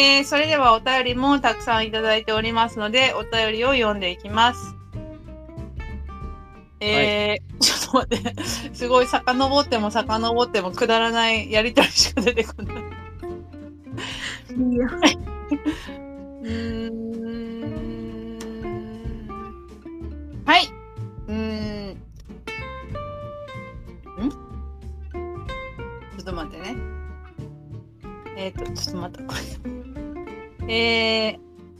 それではお便りもたくさんいただいておりますので、お便りを読んでいきます。ちょっと待って、すごい遡ってもくだらないやりとりしか出てこない。 いいよ。 はい。ちょっと待ってね。ちょっと待った、これ。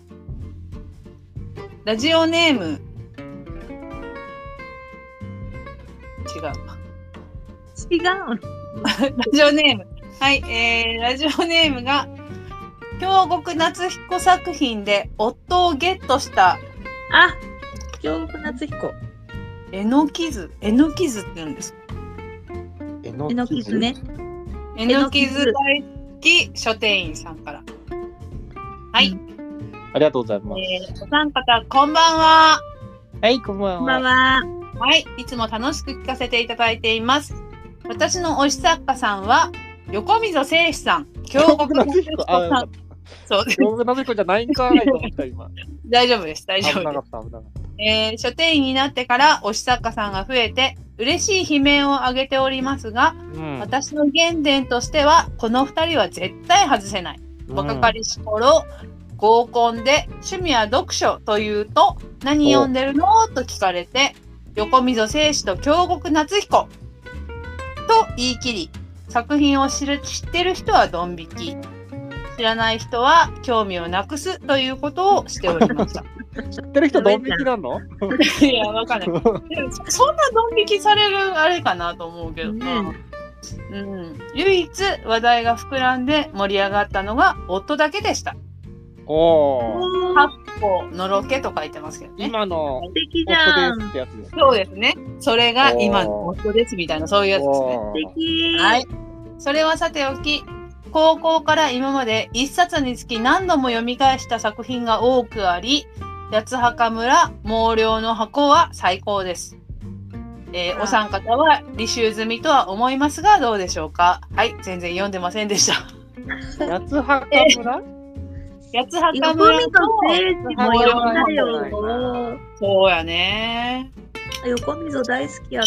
ラジオネーム。違う。 ラジオネーム。はい。ラジオネームが、京極夏彦作品で夫をゲットした。 京極夏彦。 えのきずって言うんですか？ えのきずね。 えのきず大好き書店員さんから。はい。 ありがとうございます。 お三方、こんばんは。 はい、こんばんは。 こんばんは。 はい、いつも楽しく聞かせていただいています。私の推し作家さんは、横溝正史さん。京極夏彦さん。そう。 京極夏彦じゃないんかいと思った今。 大丈夫です、大丈夫です。 危なかった。 書店員になってから推し作家さんが増えて、嬉しい悲鳴を上げておりますが、私の原点としては、この2人は絶対外せない。若かりし頃、合コンで趣味は読書というと、何読んでるのと聞かれて、横溝正史と京極夏彦と言い切り、作品を知ってる人はドン引き、知らない人は興味をなくすということをしておりました。 知ってる人ドン引きなの？ いや、わかんない。そんなドン引きされるあれかなと思うけどな。唯一話題が膨らんで盛り上がったのが夫だけでした。かっこのろけと書いてますけどね。 今の素敵じゃん。 夫ですってやつです。 そうですね。それが今の夫ですみたいな、そういうやつですね。 素敵。 はい。それはさておき、高校から今まで一冊につき何度も読み返した作品が多くあり、八幡村毛量の箱は最高です。お三方は履修済みとは思いますがどうでしょうか。はい、全然読んでませんでした。 八幡村？ 八幡村と毛量の箱。 そうやね。 横溝大好きやった。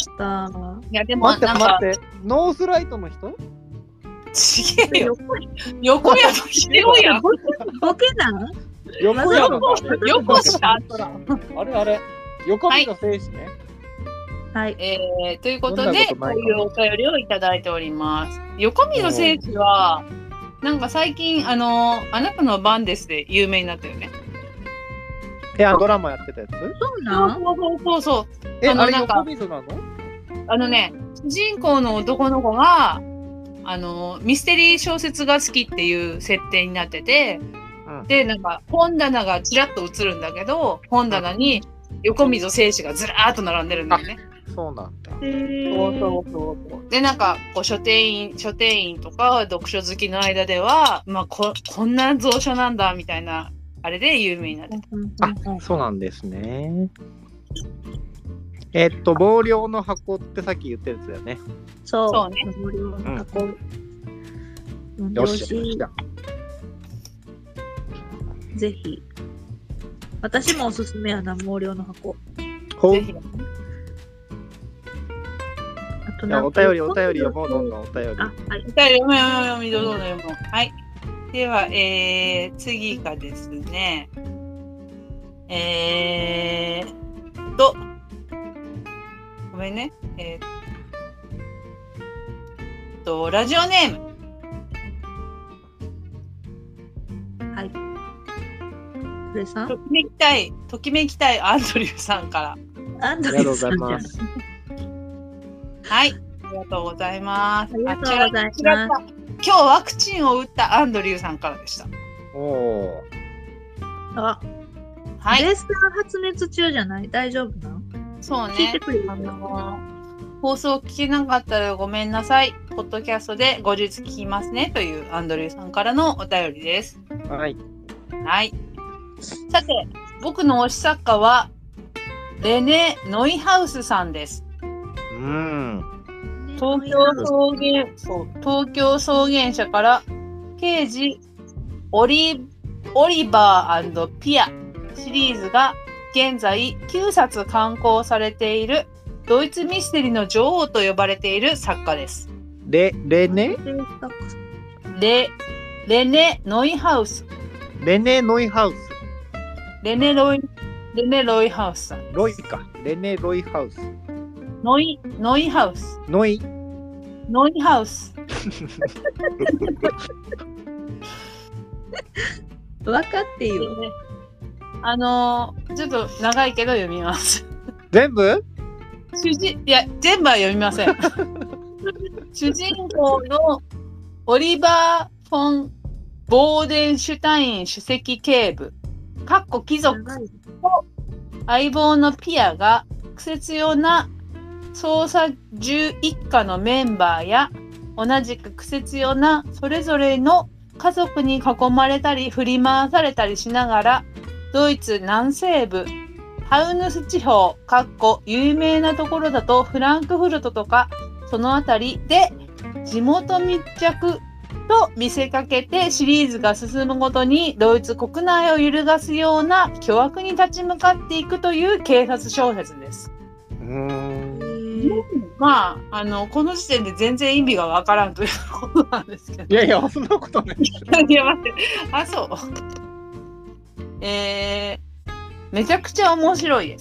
いやでも待って、ノースライトの人？ ちげえよ。横山秀夫やん。 ボケなん？ 横山横下あれ横溝正史ね。 はい。 ということでこういうお便りをいただいております。横溝正史はなんか最近あなたの番ですで有名になったよね。 ドラマやってたやつ？ そうなん？ そう。 あれ横溝なの？ 主人公の男の子がミステリー小説が好きっていう設定になってて、でなんか本棚がちらっと映るんだけど、本棚に横溝正史がずらーっと並んでるんだよね。 そうなんだ。 そう。でなんかこう書店員とか読書好きの間では、まあこんな蔵書なんだみたいなあれで有名になってた。そうなんですね。毛量の箱ってさっき言ったやつだよね。 そうね。 毛量の箱。 よし。 ぜひ。私もおすすめやな、毛量の箱。 ぜひ。 あとお便り読もう、どんどんお便り。 お便り読もう、どんどん読もう。はい。では、次がですね、ごめんね。ラジオネーム。 はい。これさん？ ときめきたいアンドリューさんから。 アンドリューさんじゃん。 はい。ありがとうございます。 ありがとうございます。 今日ワクチンを打ったアンドリューさんからでした。 はい。レースが発熱中じゃない？大丈夫なの？ そうね。 聞いてくれる？ 放送聞けなかったらごめんなさい。ポッドキャストで後日聞きますねというアンドリューさんからのお便りです。 はい。 さて、僕の推し作家はレネ・ノイハウスさんです。東京草原社から刑事オリバー&ピアシリーズが現在9冊刊行されているドイツミステリーの女王と呼ばれている作家です。 レネノイハウス。 レネ・ノイハウス。 レネロイハウスさん。 ロイか。レネ・ロイハウス。 ノイハウス。 ノイハウス。 分かってよ。 ちょっと長いけど読みます。 全部？ いや、全部は読みません。主人公のオリバー・フォン・ボーデンシュタイン首席警部貴族と相棒のピアが苦節用な捜査10一課のメンバーや同じく苦節用なそれぞれの家族に囲まれたり振り回されたりしながらドイツ南西部ハウヌス地方有名なところだとフランクフルトとかそのあたりで地元密着と見せかけてシリーズが進むごとにドイツ国内を揺るがすような巨悪に立ち向かっていくという警察小説です。まあ、この時点で全然意味がわからんということなんですけど。 いや、そんなことない。 いや、待って。あ、そう。めちゃくちゃ面白いです。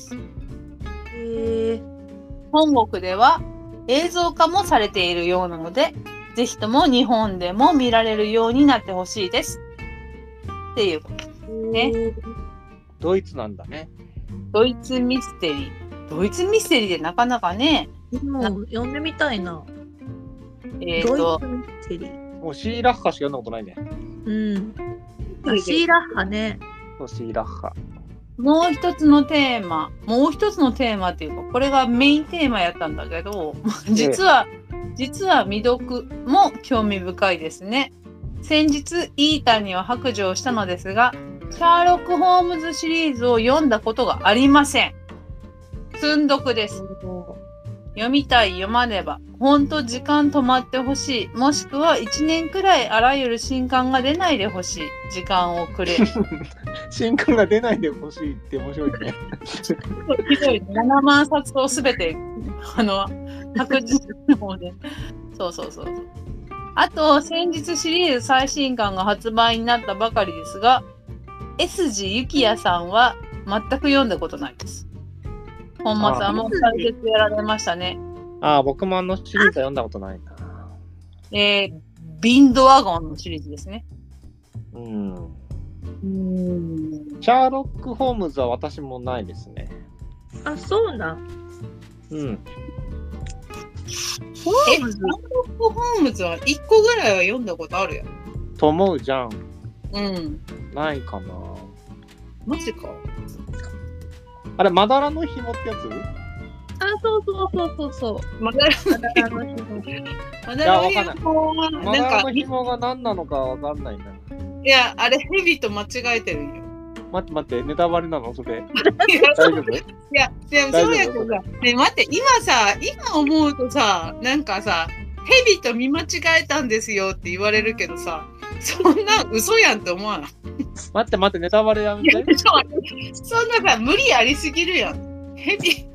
本国では映像化もされているようなので、ぜひとも日本でも見られるようになってほしいです。っていうことね。 ドイツなんだね。 ドイツミステリー。ドイツミステリーでなかなかね。 もう読んでみたいな。ドイツミステリー。 もうシーラッハしか読んだことないね。 うん。シーラッハね。 そう、シーラッハ。 もう一つのテーマっていうか、これがメインテーマやったんだけど、実は未読も興味深いですね。先日イータンには白状したのですが、シャーロック・ホームズシリーズを読んだことがありません。積読です。読みたい、読まねば。ほんと時間止まってほしい。もしくは1年くらいあらゆる新刊が出ないでほしい。時間をくれ。 新刊が出ないでほしいって面白いね。 ひどい。7万冊をすべて、白日の方で。そう。あと、先日シリーズ最新刊が発売になったばかりですが、S 字ゆきやさんは全く読んだことないです。本間さんも解説やられましたね。 僕もシリーズは読んだことないな。 ビンドワゴンのシリーズですね。 シャーロック・ホームズは私もないですね。 あ、そうなん。 シャーロック・ホームズは1個ぐらいは読んだことあるやん。 と思うじゃん。ないかな。 マジか。 あれ、まだらの紐ってやつ？ そう。 まだらの紐が何なのかわかんないな。 いや、あれヘビと間違えてるよ。 待って、ネタバレなのそれ。 大丈夫？いや、でもそうやけどさ、ね、待って、今思うとさ、なんかさ、ヘビと見間違えたんですよって言われるけどさ、そんな嘘やんって思わない？ 待って、ネタバレやめて。 そんなさ、無理ありすぎるやん。ヘビ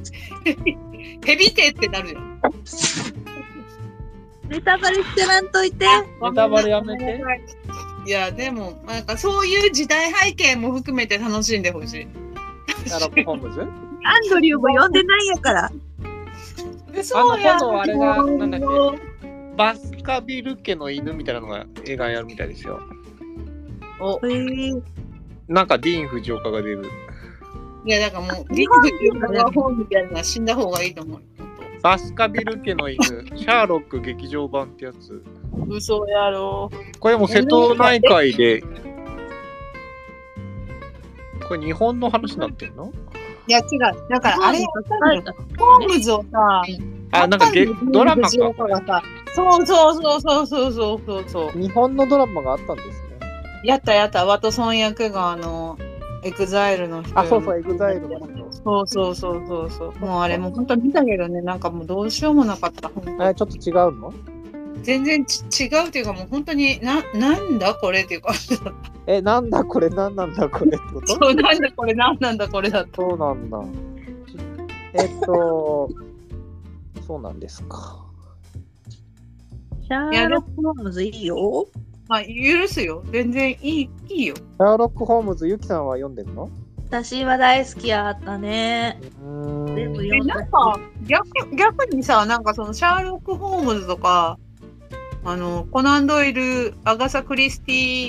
手ってなるよ。 ネタバレしてらんといて。 ネタバレやめて。 いや、でも、なんかそういう時代背景も含めて楽しんでほしい。 シャーロック・ホームズ？ アンドリューも読んでないやから。 そうや。 あれが、なんだっけ、バスカビル家の犬みたいなのが映画やるみたいですよ。なんかディーン・フジオカが出る。 いや、だからもう、ディーン・フジオカが本みたいなのは死んだ方がいいと思う。 バスカビル家の犬、シャーロック劇場版ってやつ。 嘘やろ。 これも瀬戸内海で、これ日本の話になってんの？ いや違う。だからあれ、ホームズをさ、 なんかドラマか。 そう。 日本のドラマがあったんですね。 やった。ワトソン役がエグザイルの人。 そう、エグザイルの人。 そう。もうあれもう本当見たけどね、なんかもうどうしようもなかった。 ちょっと違うの？ 全然違うっていうか、もう本当になんだこれっていうか。 なんだこれ、なんなんだこれってこと？ そう、なんだこれ、なんなんだこれだと。 そうなんだ。そうなんですか。 シャーロック・ホームズいいよ。 まあ、許すよ。全然いいよ。 シャーロック・ホームズ、ゆきさんは読んでるの？ 私は大好きやったね。全部読んだ。 なんか逆にさ、なんかそのシャーロック・ホームズとか、コナン・ドイル、アガサ・クリスティ。 い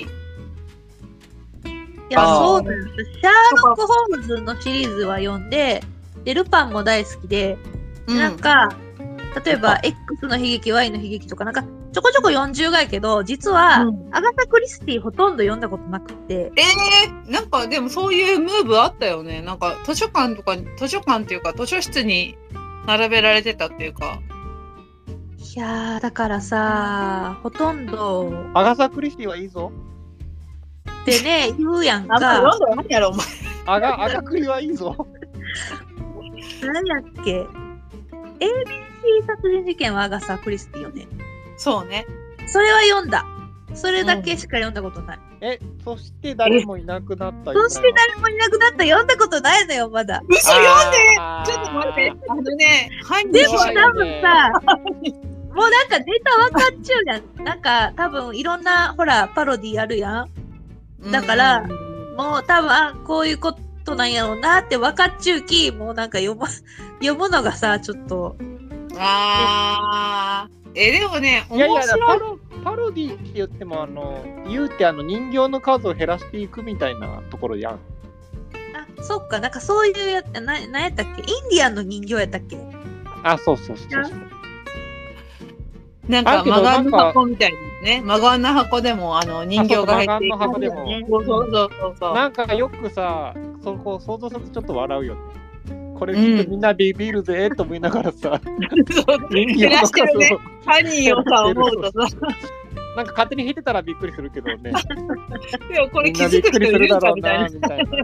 や、そうだよ。シャーロック・ホームズのシリーズは読んで、で、ルパンも大好きで、なんか、例えば X の悲劇、Y の悲劇とか、なんかちょこちょこ40がやけど、実は、アガサ・クリスティほとんど読んだことなくて。 なんかでもそういうムーブあったよね。なんか図書館っていうか図書室に並べられてたっていうか。 いやー、だからさ、ほとんど。 アガサ・クリスティはいいぞ。 ってね、言うやんか。 何やろ、お前。 アガクリはいいぞ。 何やっけ？ ABC 殺人事件はアガサ・クリスティよね。 そうね。 それは読んだ。それだけしか読んだことない。 そして誰もいなくなった。 そして誰もいなくなった。読んだことないのよ、まだ。 嘘、読んで！ちょっと待って。 でも多分さ、もうなんかネタ分かっちゃうやん。なんか多分いろんなほらパロディあるやん。だから、もう多分こういうことなんやろうなって分かっちゅうき、もうなんか読むのがさ、ちょっと。 でもね、面白い。 パロディって言っても言うて人形の数を減らしていくみたいなところやん。 あ、そっか、なんかそういうやつ、なんやったっけ？インディアンの人形やったっけ？ あ、そう。 なんかマガンの箱みたいですね。マガンの箱でも人形が入っていく。 マガンの箱でも。 そう。 なんかよくさ、そこ想像するとちょっと笑うよね。これきっとみんなビビるぜと思いながらさ、人形の数を犯人をさ思うとさ、 なんか勝手に引いてたらびっくりするけどね。 でもこれ気づく人いるかみたいな。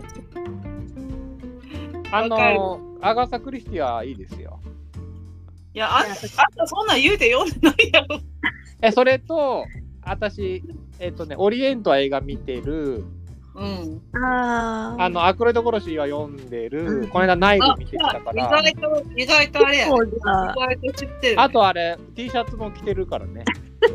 アガサ・クリスティはいいですよ。 いや、あんたそんなん言うて読んでないやろ。 それと、私、オリエントは映画見てる。アクロイド殺しは読んでる。この間ナイル見てきたから。 意外とあれや。意外と知ってる。 あとあれ、T シャツも着てるからね。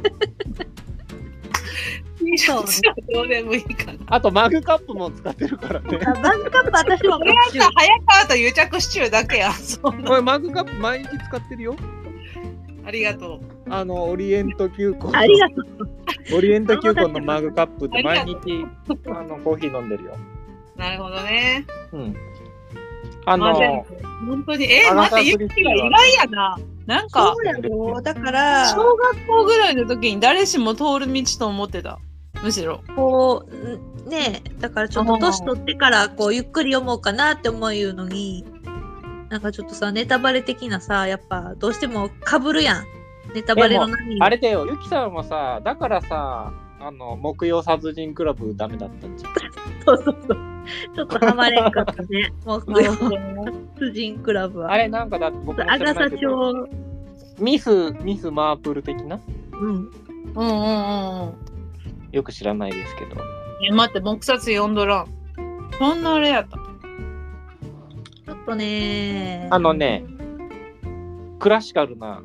T シャツはどうでもいいかな。 あとマグカップも使ってるからね。 マグカップ私も。 これはさ、早川と癒着しちゅうだけや。 これマグカップ毎日使ってるよ。 ありがとう。 オリエント急行。 ありがとう。 オリエント急行のマグカップって毎日コーヒー飲んでるよ。 なるほどね。 本当に待って、ゆきが意外やな。なんかそうやろ。だから小学校ぐらいの時に誰しも通る道と思ってた。むしろこうね、だからちょっと年取ってからこうゆっくり読もうかなって思うのに。なんかちょっとさ、ネタバレ的なさ、やっぱどうしても被るやん。ネタバレの何あれだよ、ゆきさんはさ、だからさ、木曜殺人クラブダメだったんじゃん。 そう。ちょっとハマれんかったね。木曜殺人クラブは。 あれなんかだって僕も知らないけど。 アガサ町。 ミスマープル的な？よく知らないですけど。 待って、木殺読んどらん。そんなあれやった。 ちょっとねクラシカルな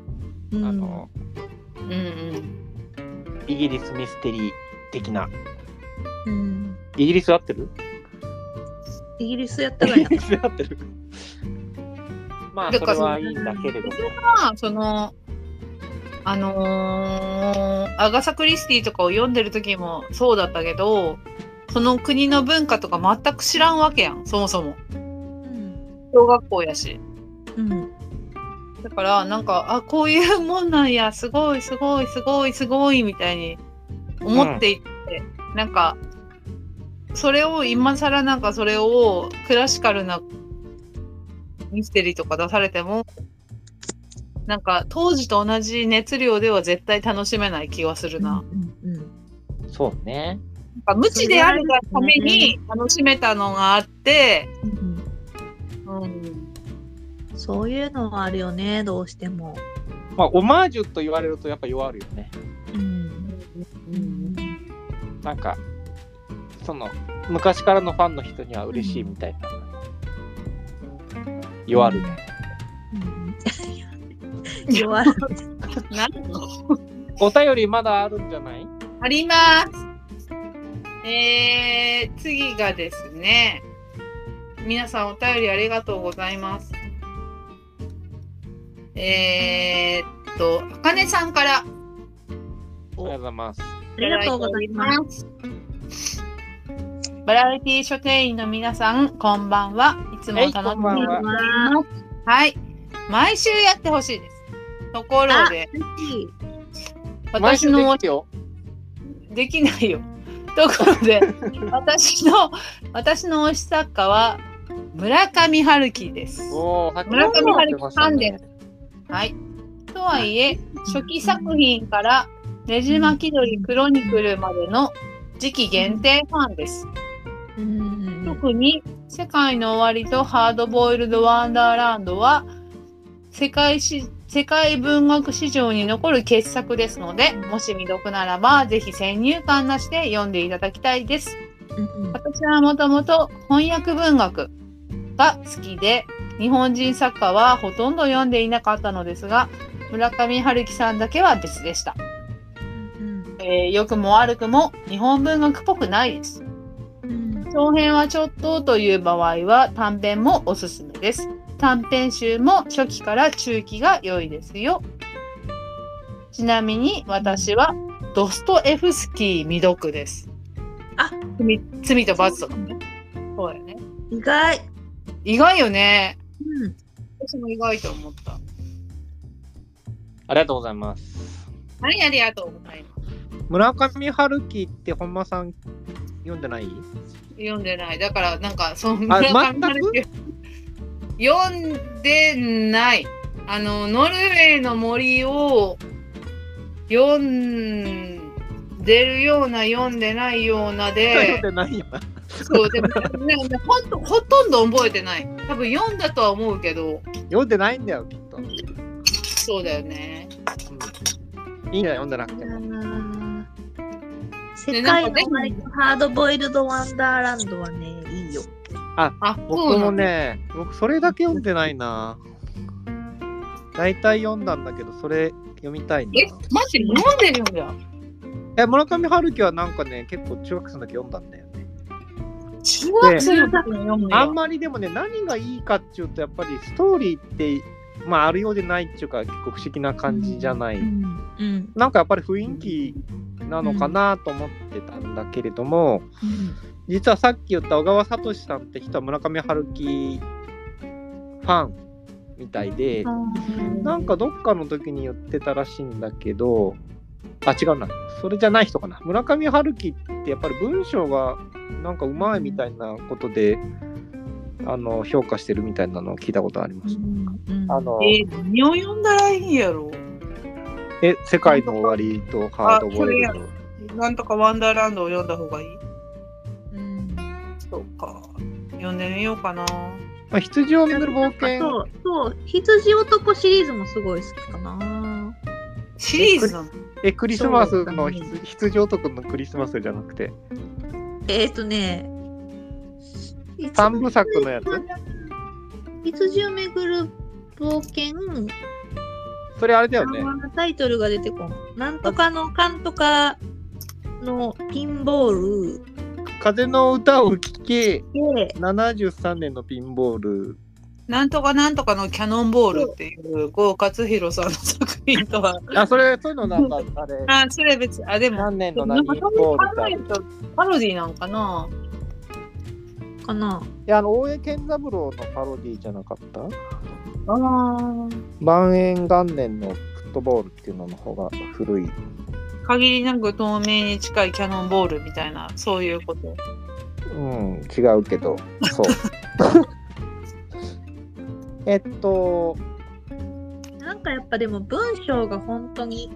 イギリスミステリー的な、イギリス合ってる？ イギリスやったらや。 イギリス合ってる。まあそれはいいんだけれども。 そのアガサ・クリスティとかを読んでる時もそうだったけど、その国の文化とか全く知らんわけやん、そもそも。小学校やし。だからなんかこういうもんなんや、すごいみたいに思っていって、なんかそれを今更なんかそれをクラシカルなミステリーとか出されてもなんか当時と同じ熱量では絶対楽しめない気がするな。 そうね。 なんか無知であるがために楽しめたのがあって、 そういうのはあるよね、どうしても。 まあオマージュと言われるとやっぱ弱るよね。なんかその昔からのファンの人には嬉しいみたいな、弱るね。 弱る。 なんのお便りまだあるんじゃない？ あります。次がですね、皆さんお便りありがとうございます。あかねさんから。 ありがとうございます。 ありがとうございます。 バラエティ書店員の皆さん、こんばんは。いつも楽しみにしています。はい。毎週やってほしいです。ところで、私のできないよ。ところで、私の推し作家は村上春樹です。村上春樹ファンです。はい。とはいえ、初期作品からねじ巻き鳥クロニクルまでの次期限定ファンです。特に世界の終わりとハードボイルドワンダーランドは世界文学史上に残る傑作ですので、もし未読ならばぜひ先入観なしで読んでいただきたいです。私はもともと翻訳文学が好きで、日本人作家はほとんど読んでいなかったのですが、村上春樹さんだけは別でした。良くも悪くも日本文学っぽくないです。長編はちょっとという場合は短編もおすすめです。短編集も初期から中期が良いですよ。ちなみに私はドストエフスキー未読です。罪と罰とかね。そうだよね。意外よね。私も意外と思った。 ありがとうございます。 はい、ありがとうございます。 村上春樹って本間さん読んでない？ 読んでない。だからなんかその村上春樹読んでない。ノルウェーの森を読んでるような読んでないようなで。 読んでないよな。 そうでもね、ほとんど覚えてない。多分読んだとは思うけど。 読んでないんだよきっと。 そうだよね。 いいんだよ読んでなくても。 世界のハードボイルドワンダーランドはね、いいよ。 僕もね、僕それだけ読んでないな。大体読んだんだけど、それ読みたいな。 マジで読んでるんだ。 村上春樹はなんかね、結構中学生の時読んだんだよね。 中学生の時に読むの？ あんまりでもね、何がいいかっていうと、やっぱりストーリーって、まああるようでないっていうか、結構不思議な感じじゃない。なんかやっぱり雰囲気なのかなと思ってたんだけれども、実はさっき言った小川聡さんって人は村上春樹ファンみたいで、なんかどっかの時に言ってたらしいんだけど、違うな、それじゃない人かな。村上春樹ってやっぱり文章がなんかうまいみたいなことで評価してるみたいなのを聞いたことあります。 何を読んだらいいんやろ。 世界の終わりとハードボイルド。 なんとかワンダーランドを読んだ方がいい。そうか。読んでみようかな。 羊をめぐる冒険。 そう、羊男シリーズもすごい好きかな。 シリーズなの？ クリスマスの羊男のクリスマスじゃなくて。3部作のやつ？ 羊をめぐる冒険。 それあれだよね。 タイトルが出てこん。なんとかのかんとかのピンボール。 風の歌を聴け。73年のピンボール。 なんとかなんとかのキャノンボールっていう郷勝弘さんの作品とは。 そういうのなんかあれ。 それ別に。でも何年の何ボールか。 パロディなんかな。 いや大江健三郎のパロディじゃなかった？万延元年のフットボールっていうのの方が古い。 限りなく透明に近いキャノンボールみたいな、そういうこと。 違うけど、そう。 なんかやっぱでも文章が本当に。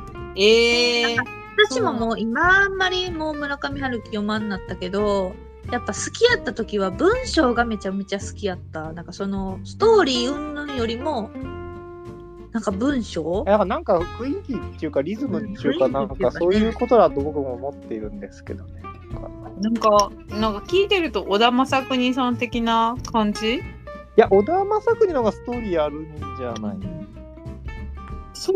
私ももう今あんまりもう村上春樹読まんなったけど、やっぱ好きやった時は文章がめちゃめちゃ好きやった。なんかそのストーリー云々よりもなんか文章？ なんか雰囲気っていうかリズムっていうかなんかそういうことだと僕も思っているんですけどね。 なんか聞いてると小田正邦さん的な感じ？ いや、小田正邦の方がストーリーあるんじゃない？ そう。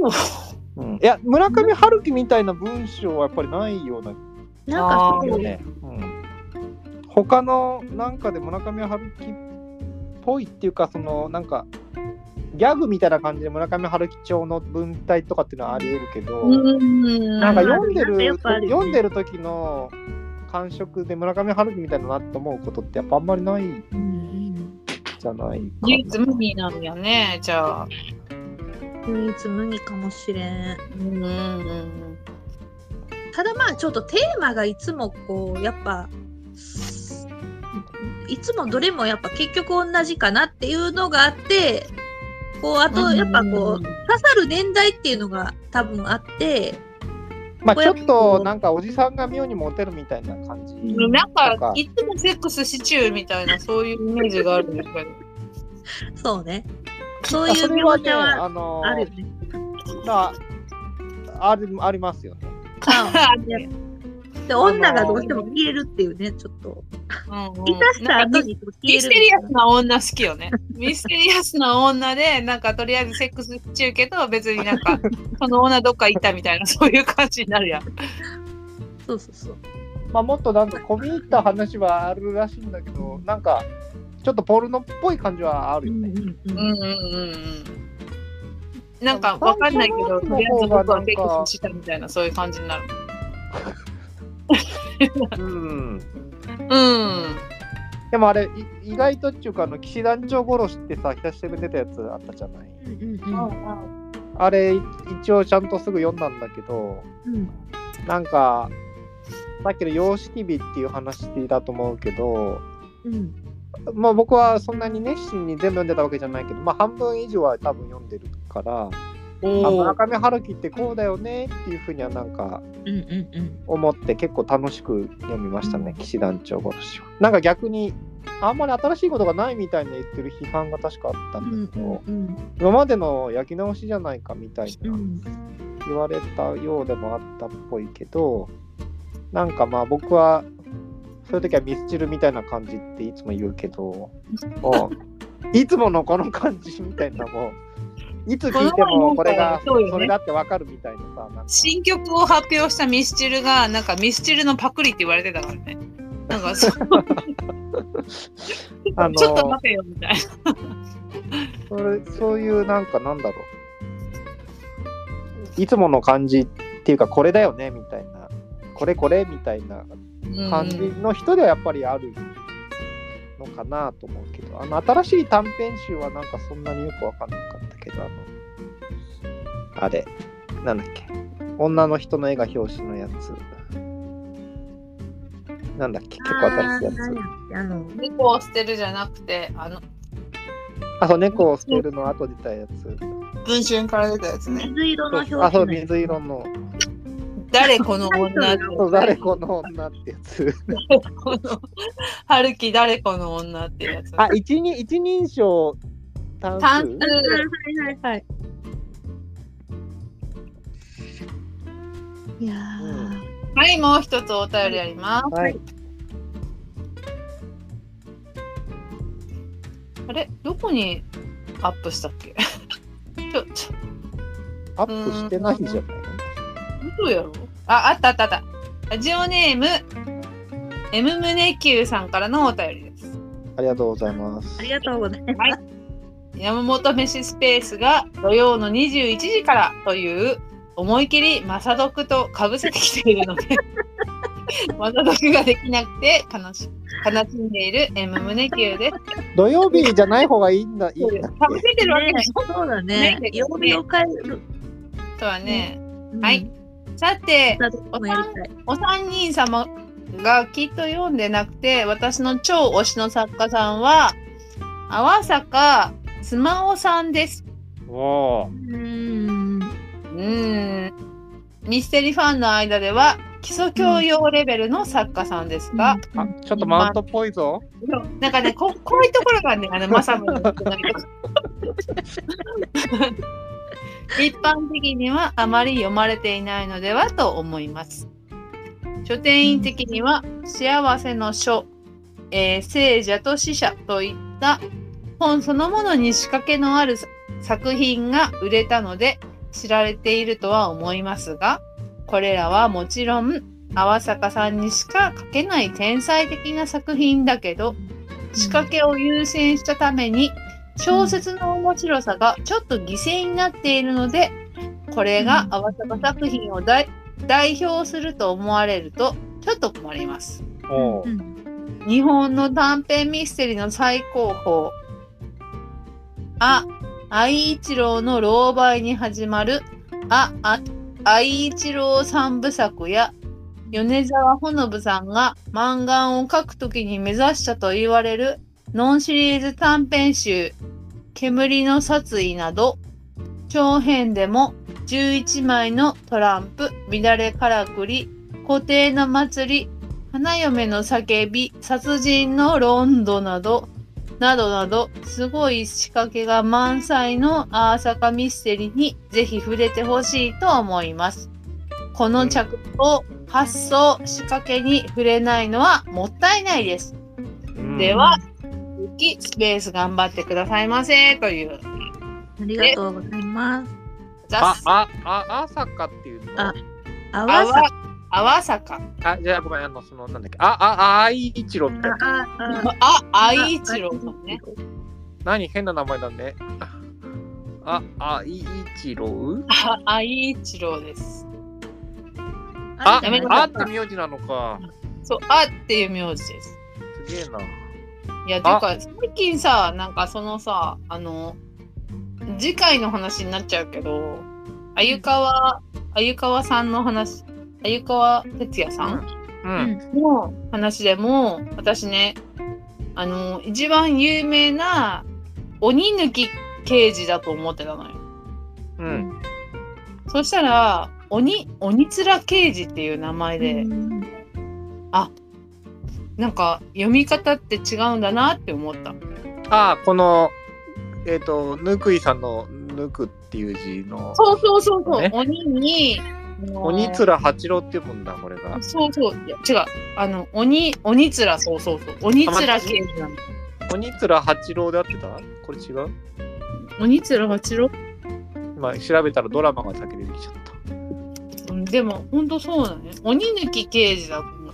いや、村上春樹みたいな文章はやっぱりないような。 なんかそうね。他のなんかで村上春樹っぽいっていうか、そのなんかギャグみたいな感じで村上春樹調の文体とかっていうのはあり得るけど、なんか読んでる時の感触で村上春樹みたいだなと思うことってやっぱあんまりないじゃないかな。 唯一無二なんやね、じゃあ。 唯一無二かもしれん。ただまあちょっとテーマがいつもこうやっぱいつもどれもやっぱ結局同じかなっていうのがあって、こうあとやっぱこう刺さる年代っていうのが多分あって、 まあちょっとなんかおじさんが妙にモテるみたいな感じ。 なんかいつもセックスシチューみたいなそういうイメージがあるんですけど。 そうね。そういう描写はあるよね。 ありますよね。 で女がどうしても消えるっていうね、ちょっと。いたした後に消える。 ミステリアスな女好きよね。ミステリアスな女で、なんかとりあえずセックス中けど、別になんか、その女どっか行ったみたいな、そういう感じになるやん。 そうそうそう。 まあもっとなんか込み入った話はあるらしいんだけど、なんか、ちょっとポルノっぽい感じはあるよね。 なんかわかんないけど、とりあえず僕はセックスしたみたいな、そういう感じになる。 でもあれ意外とっていうか騎士団長殺しってさ、ひたしてる出たやつあったじゃない。あれ一応ちゃんとすぐ読んだんだけど、なんかさっきの様式美っていう話だと思うけど、まあ僕はそんなに熱心に全部読んでたわけじゃないけど、まあ半分以上は多分読んでるから、村上春樹ってこうだよねっていうふうにはなんか思って結構楽しく読みましたね、騎士団長殺しは。なんか逆にあんまり新しいことがないみたいな言ってる批判が確かあったんだけど、今までの焼き直しじゃないかみたいな言われたようでもあったっぽいけど、なんかまあ僕はそういう時はミスチルみたいな感じっていつも言うけどいつものこの感じみたいな、もういつ聞いてもこれがそれだってわかるみたいなさ、なんか新曲を発表したミスチルがなんかミスチルのパクリって言われてたからね。なんかちょっと待てよみたいなそういうなんかなんだろう、いつもの感じっていうかこれだよねみたいな、これみたいな感じの人ではやっぱりあるのかなと思うけど、新しい短編集はなんかそんなによく分かんなかったけど、あれなんだっけ、女の人の絵が表紙のやつなんだっけ、結構新しいやつ。 猫を捨てるじゃなくてそう、猫を捨てるの後出たやつ、 文春から出たやつね。 水色の表紙。 そう、水色の誰この女って誰この女ってやつ春樹誰この女ってやつ。 一人称単数。 はい。いやはい、もう一つお便りあります。 はい。 あれ、どこにアップしたっけアップしてないんじゃないの？ どうやろう。あった。ラジオネーム M 胸 Q さんからのお便りです。 ありがとうございます。 ありがとうございます。 はい、山本飯スペースが土曜の21時からという思い切りマサドクと被せてきているのでマサドクができなくて悲しんでいる M 胸 Q です。 土曜日じゃない方がいいんだ。 被せてるわけない。 そうだね。曜日を変える。 とはね。はい。さて、お三人様がきっと読んでなくて、私の超推しの作家さんは泡坂スマオさんです。ミステリーファンの間では基礎教養レベルの作家さんですが、 ちょっとマウントっぽいぞ。 なんかね、こういうところがね、マサムの一般的にはあまり読まれていないのではと思います。書店員的には幸せの書、聖者と死者といった本そのものに仕掛けのある作品が売れたので知られているとは思いますが、これらはもちろん淡坂さんにしか書けない天才的な作品だけど、仕掛けを優先したために小説の面白さがちょっと犠牲になっているので、これが淡坂作品を代表すると思われるとちょっと困ります。日本の短編ミステリーの最高峰、愛一郎の狼狽に始まる愛一郎三部作や、米沢ほのぶさんが漫画を描くときに目指したと言われるノンシリーズ短編集煙の殺意など、長編でも11枚のトランプ、乱れからくり、湖底の祭り、花嫁の叫び、殺人のロンドなどすごい仕掛けが満載の淡坂ミステリーにぜひ触れてほしいと思います。この着想、発想、仕掛けに触れないのはもったいないです。では、スペース頑張ってくださいませという。 ありがとうございます。 あさかっていうの。 淡坂。 じゃあごめん、なんだっけ。愛一郎みたいな。 愛一郎ね。 何変な名前だね。愛一郎？ 愛一郎です。 って名字なのか。 そう、っていう名字です。 すげえな。 いや、ていうか、最近さ、なんかそのさ、次回の話になっちゃうけど、鮎川さんの話、鮎川哲也さんの話でも、私ね、一番有名な鬼抜き刑事だと思ってたのよ。そしたら、鬼面刑事っていう名前で、なんか読み方って違うんだなって思った。 このぬくいさんのぬくっていう字の、 そう、ね、鬼に鬼面八郎って読むんだ、これが。 そう、違う、鬼面、鬼面刑事なの。 鬼面八郎で合ってた？これ違う？ 鬼面八郎？ 今調べたらドラマが先出てきちゃった。 でもほんとそうだね。鬼抜き刑事だと思う。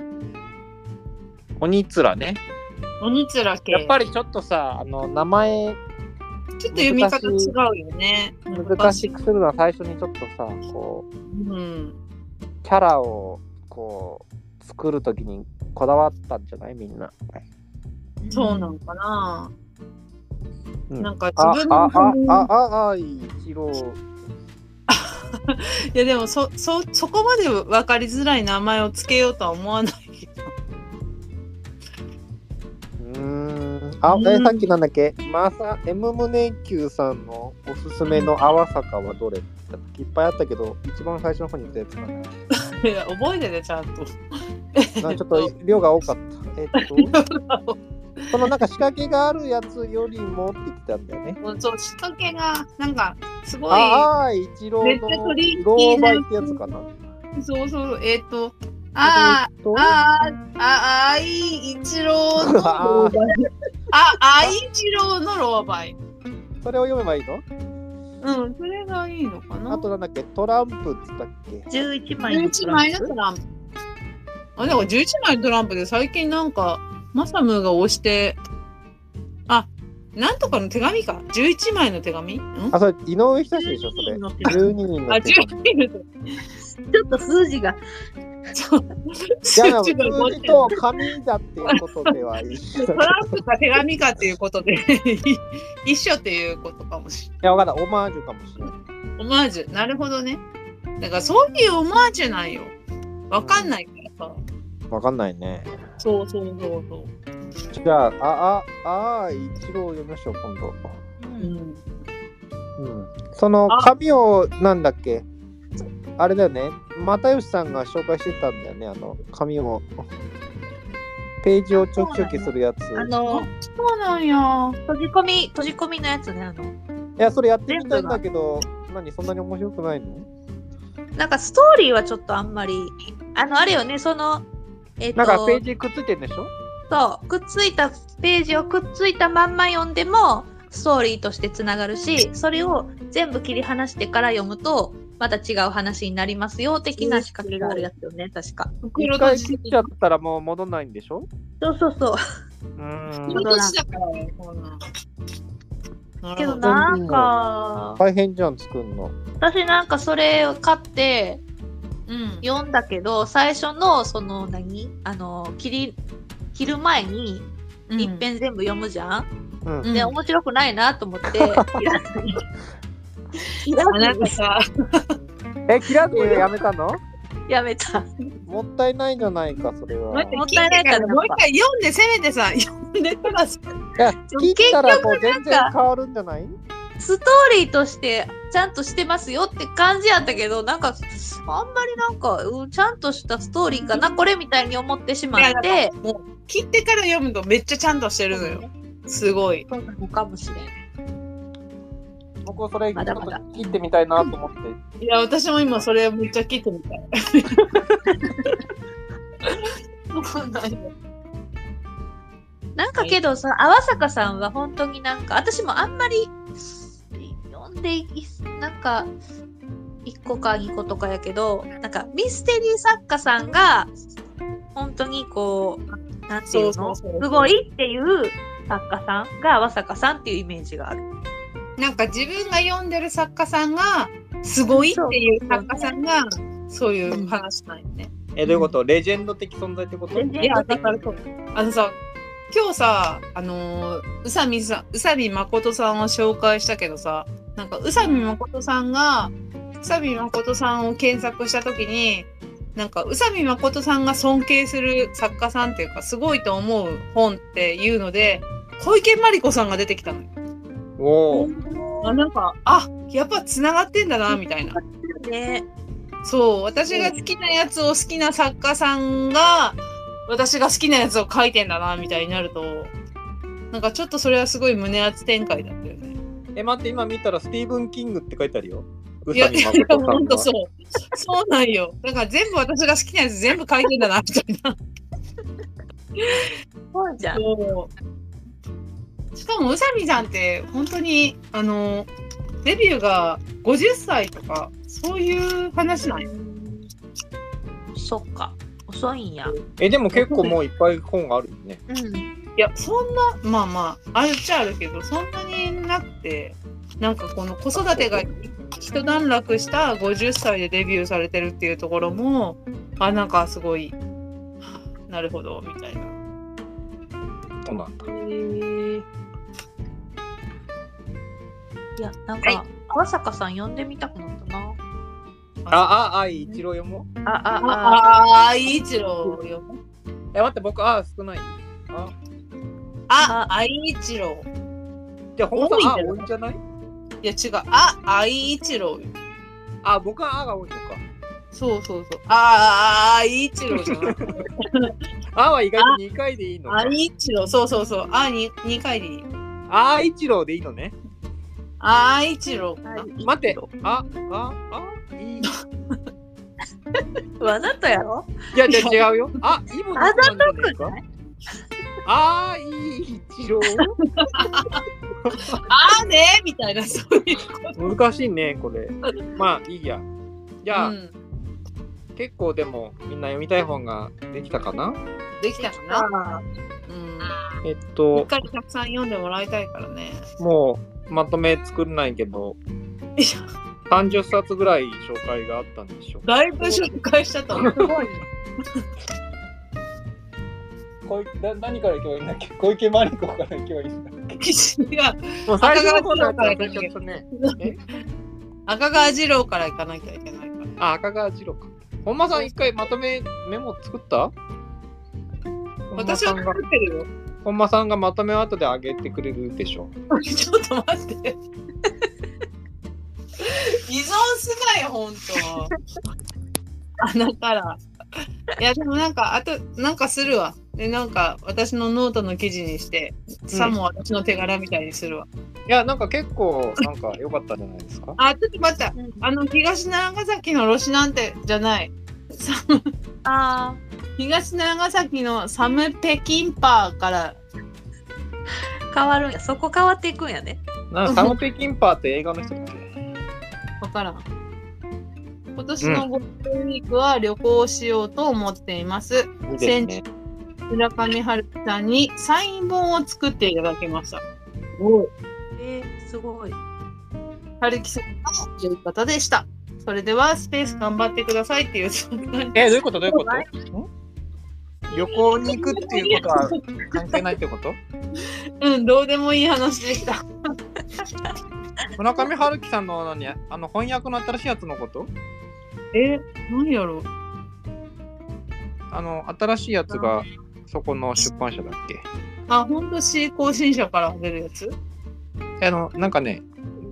鬼面ね。 鬼面刑事。 やっぱりちょっとさ、名前ちょっと読み方違うよね。 難しくするのは最初にちょっとさ、こう、キャラをこう作るときにこだわったんじゃないみんな。 そうなのかな。なんか自分の一郎。 いやでもそこまで分かりづらい名前をつけようとは思わないけど。 さっきなんだっけ、M 胸Qさんのおすすめの淡坂はどれ？いっぱいあったけど、一番最初の方に言ったやつかな。 いや覚えてね、ちゃんと。 ちょっと量が多かった。このなんか仕掛けがあるやつよりもって言ってたんだよね。 そう、仕掛けがなんかすごい。 一郎の狼狽ってやつかな。 そう。愛一郎の狼狽。愛一郎の狼狽。 それを読めばいいの？ それがいいのかな。 あとなんだっけ、トランプっつったっけ ？11枚のトランプ。だから11枚のトランプで最近なんかマサムが押してなんとかの手紙か。11枚の手紙？ それ井上久志でしょ、それ。12人の手紙。 ちょっと数字が。 数字と紙だっていうことでは一緒。 トランプか手紙かっていうことで一緒っていうことかもしれない。 いや、わかんない。オマージュかもしれない。 オマージュ。なるほどね。だからそういうオマージュなんよ。わかんないからさ。 わかんないね。 そう。 じゃあ、一郎読みましょう、今度。その紙を、なんだっけ、あれだよね、又吉さんが紹介してたんだよね、紙を。ページをちょきするやつ。 そうなんや。 閉じ込みのやつね、 いや、それやってみたいんだけど、 何そんなに面白くないの？ なんかストーリーはちょっとあんまり、あれよね、その、 なんかページくっついてるんでしょ？ そう、くっついたページをくっついたまんま読んでも、ストーリーとしてつながるし、それを全部切り離してから読むと、また違う話になりますよ、的な仕掛けがあるやつよね、確か。 一回切っちゃったらもう戻んないんでしょ？ そうそうそう。 戻らんだからね。 けどなんか大変じゃん作るの。 私なんかそれを買って読んだけど、最初のその切る前に一遍全部読むじゃん、で面白くないなと思って切らずにさ切らずにやめたの？ やめた。 もったいないじゃないかそれは。 もったいないからもう一回読んでせめてさ読んでください。 いや切ったらもう全然変わるんじゃない？ ストーリーとしてちゃんとしてますよって感じやったけど、なんかあんまりなんか、ちゃんとしたストーリーかなこれみたいに思ってしまって、 もう切ってから読むとめっちゃちゃんとしてるのよ。すごい。 そうなのかもしれん。 僕はそれちょっと切ってみたいなと思って。 いや私も今それめっちゃ切ってみたい。 なんかけどさ、泡坂さんは本当になんか私もあんまり読んでなんか1個か2個とかやけど、なんかミステリー作家さんが本当にこうなんていうのすごいっていう作家さんが泡坂さんっていうイメージがある。 なんか自分が読んでる作家さんがすごいっていう作家さんがそういう話なんよね。 どういうこと？レジェンド的存在ってこと？ いやだからさ今日さ宇佐美誠さんを紹介したけどさ、なんか宇佐美誠さんを検索したときになんか宇佐美誠さんが尊敬する作家さんっていうかすごいと思う本っていうので小池真理子さんが出てきたのよ。 おなんかやっぱつながってんだなみたいな。 ね、 そう私が好きなやつを好きな作家さんが私が好きなやつを書いてんだなみたいになるとなんかちょっとそれはすごい胸熱展開だったよね。 待って今見たらスティーブン・キングって書いてあるよ。 いやほんとそうなんよ。だから全部私が好きなやつ全部書いてんだなみたいな。 そうじゃん。 しかも宇佐美さんって本当にデビューが50歳とかそういう話なんよ。 そっか遅いんや。 でも結構もういっぱい本あるよね。 いやそんなまああるっちゃあるけどそんなになくて、なんかこの子育てが一段落した50歳でデビューされてるっていうところもなんかすごいなるほどみたいな。 そうなんだ。 いやなんか泡坂さん読んでみたくなったな。 愛一郎読もう。 愛一郎読もう。 待って僕少ない。 愛一郎。 じゃあ本当は多いんじゃない？ いや違う。愛一郎よ。 僕はが多いのか。 そう。愛一郎じゃない。 は意外と2回でいいのか。 愛一郎そう。2回でいい。 一郎でいいのね。 一郎。 待って。 わざとやろ？ いや違うよ。イボわざとくない？ 一郎。 ねみたいなそういうこと。 難しいねこれ。まあいいや。じゃあ、結構でもみんな読みたい本ができたかな？ できたかな？しっかりたくさん読んでもらいたいからね。 もうまとめ作んないけど30冊ぐらい紹介があったんでしょう。 だいぶ紹介したと思う。 何から行けばいいんだっけ？小池真理子から行けばいいんだっけ？ もう最初の頃から行けばね。 赤川次郎から行かなきゃいけないから。 赤川次郎か。本間さん一回まとめメモ作った？ 私は作ってるよ。 本間さんがまとめを後で上げてくれるでしょ。 ちょっと待って。依存すなよ本当。だから。いやでもなんかなんかするわ。でなんか私のノートの記事にして、さも私の手柄みたいにするわ。 いや、なんか結構、なんか良かったんじゃないですか。 あ、ちょっと待った。東長崎のロシなんてじゃない。東長崎のサムペキンパーから変わるんや。そこ変わっていくんやね。 サムペキンパーって映画の人だっけ？ わからん。今年のゴールデンウィークは旅行しようと思っています。先日、村上春樹さんにサイン本を作っていただきました。 すごい。 春樹さんのやり方でした。それではスペース頑張ってくださいっていう。 どういうこと？旅行に行くっていうことは関係ないってこと？ どうでもいい話でした。 村上春樹さんの翻訳の新しいやつのこと？ 何やろう。 新しいやつがそこの出版社だっけ？ ほんと更新者から出るやつ？ なんかね、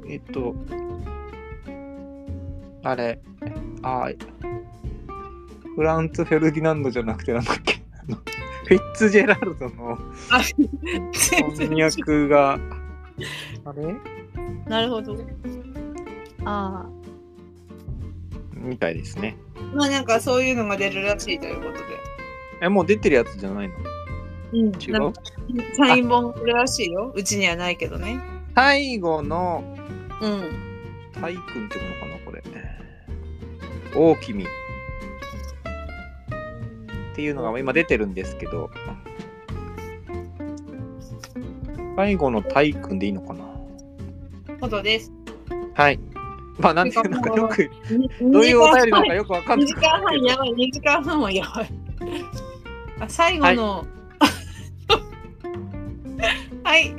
あれ、フランツ・フェルディナンドじゃなくてなんだっけ？フィッツジェラルドの翻訳があれ？ なるほど。 みたいですね。 なんかそういうのが出るらしいということで。 もう出てるやつじゃないの？違う？ サイン本出るらしいよ。うちにはないけどね。 最後のタイ君っていうのかなこれ。大君っていうのが今出てるんですけど、最後のタイ君でいいのかな？ ことです。 はい。なんかよくどういうお便りなのかよくわかんない。 2時間半やばい。2時間半はやばい。最後のはい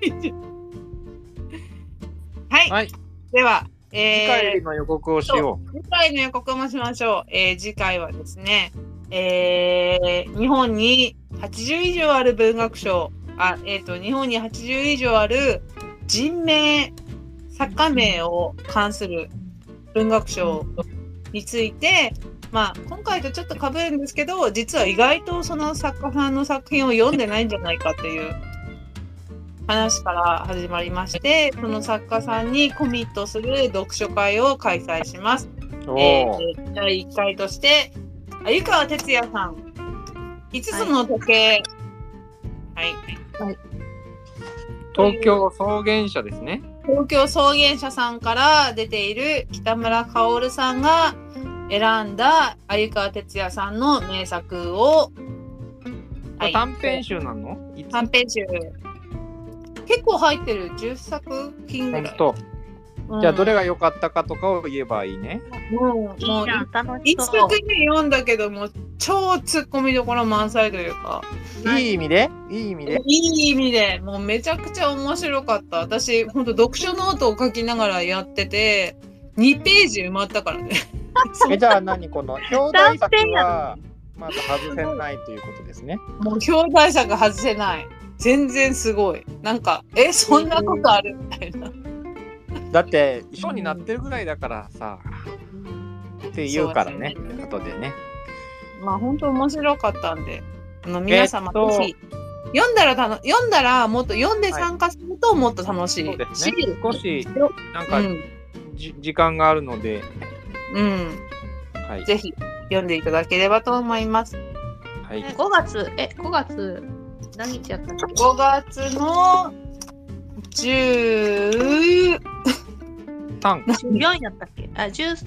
はい。では、 次回の予告をしよう。 次回の予告もしましょう。次回はですね、日本に80以上ある文学賞、日本に80以上ある人名、作家名を関する文学賞について、今回とちょっと被るんですけど、実は意外とその作家さんの作品を読んでないんじゃないかっていう話から始まりまして、その作家さんにコミットする読書会を開催します。第1回として、鮎川哲也さん、5つの時計。 東京草原社ですね。 東京草原社さんから出ている北村薫さんが選んだ鮎川哲也さんの名作を、 短編集なの？ 短編集結構入ってる。10作品ぐらい。 じゃあどれが良かったかとかを言えばいいね。 もう1作目読んだけども超ツッコミどころ満載というか、 いい意味でもうめちゃくちゃ面白かった。私ほんと読書ノートを書きながらやってて2ページ埋まったからね。 じゃあこの表題作はまず外せないということですね。 もう表題作外せない。全然すごい。そんなことあるみたいな。 だって書になってるぐらいだからさ、って言うからね、後でね。 本当面白かったんで、皆様ぜひ読んだらもっと読んで参加するともっと楽しいし、 そうですね、少し時間があるので、 ぜひ読んでいただければと思います。 5月何日やったっけ ？5月の14 やったっけ？13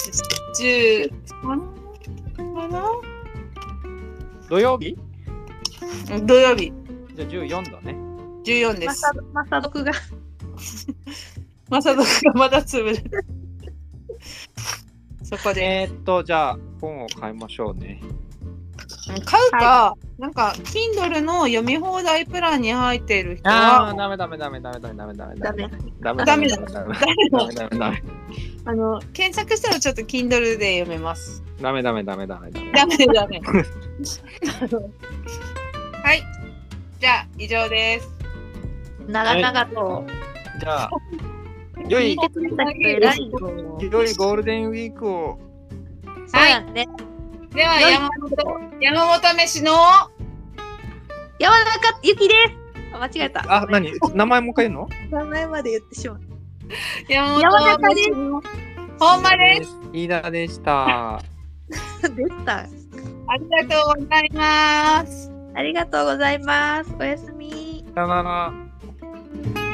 かな？ 土曜日。 じゃあ 14だね。 14です。 マサドクがまだ潰れる。そこで。 じゃあ本を買いましょうね。 買うか、Kindle の読み放題プランに入っている人はダメ。 検索したらちょっと Kindle で読めます。 ダメ。 はい、じゃあ以上です。 長々と、 じゃあ良いゴールデンウィークを。では山本飯の山中ゆきです。 間違えた。 あ、何名前もう一回言うの？ 名前まで言ってしまう。 山山中です。 ほんまです。 飯田でした。 でした。 ありがとうございます。 ありがとうございます。おやすみ。 さよなら。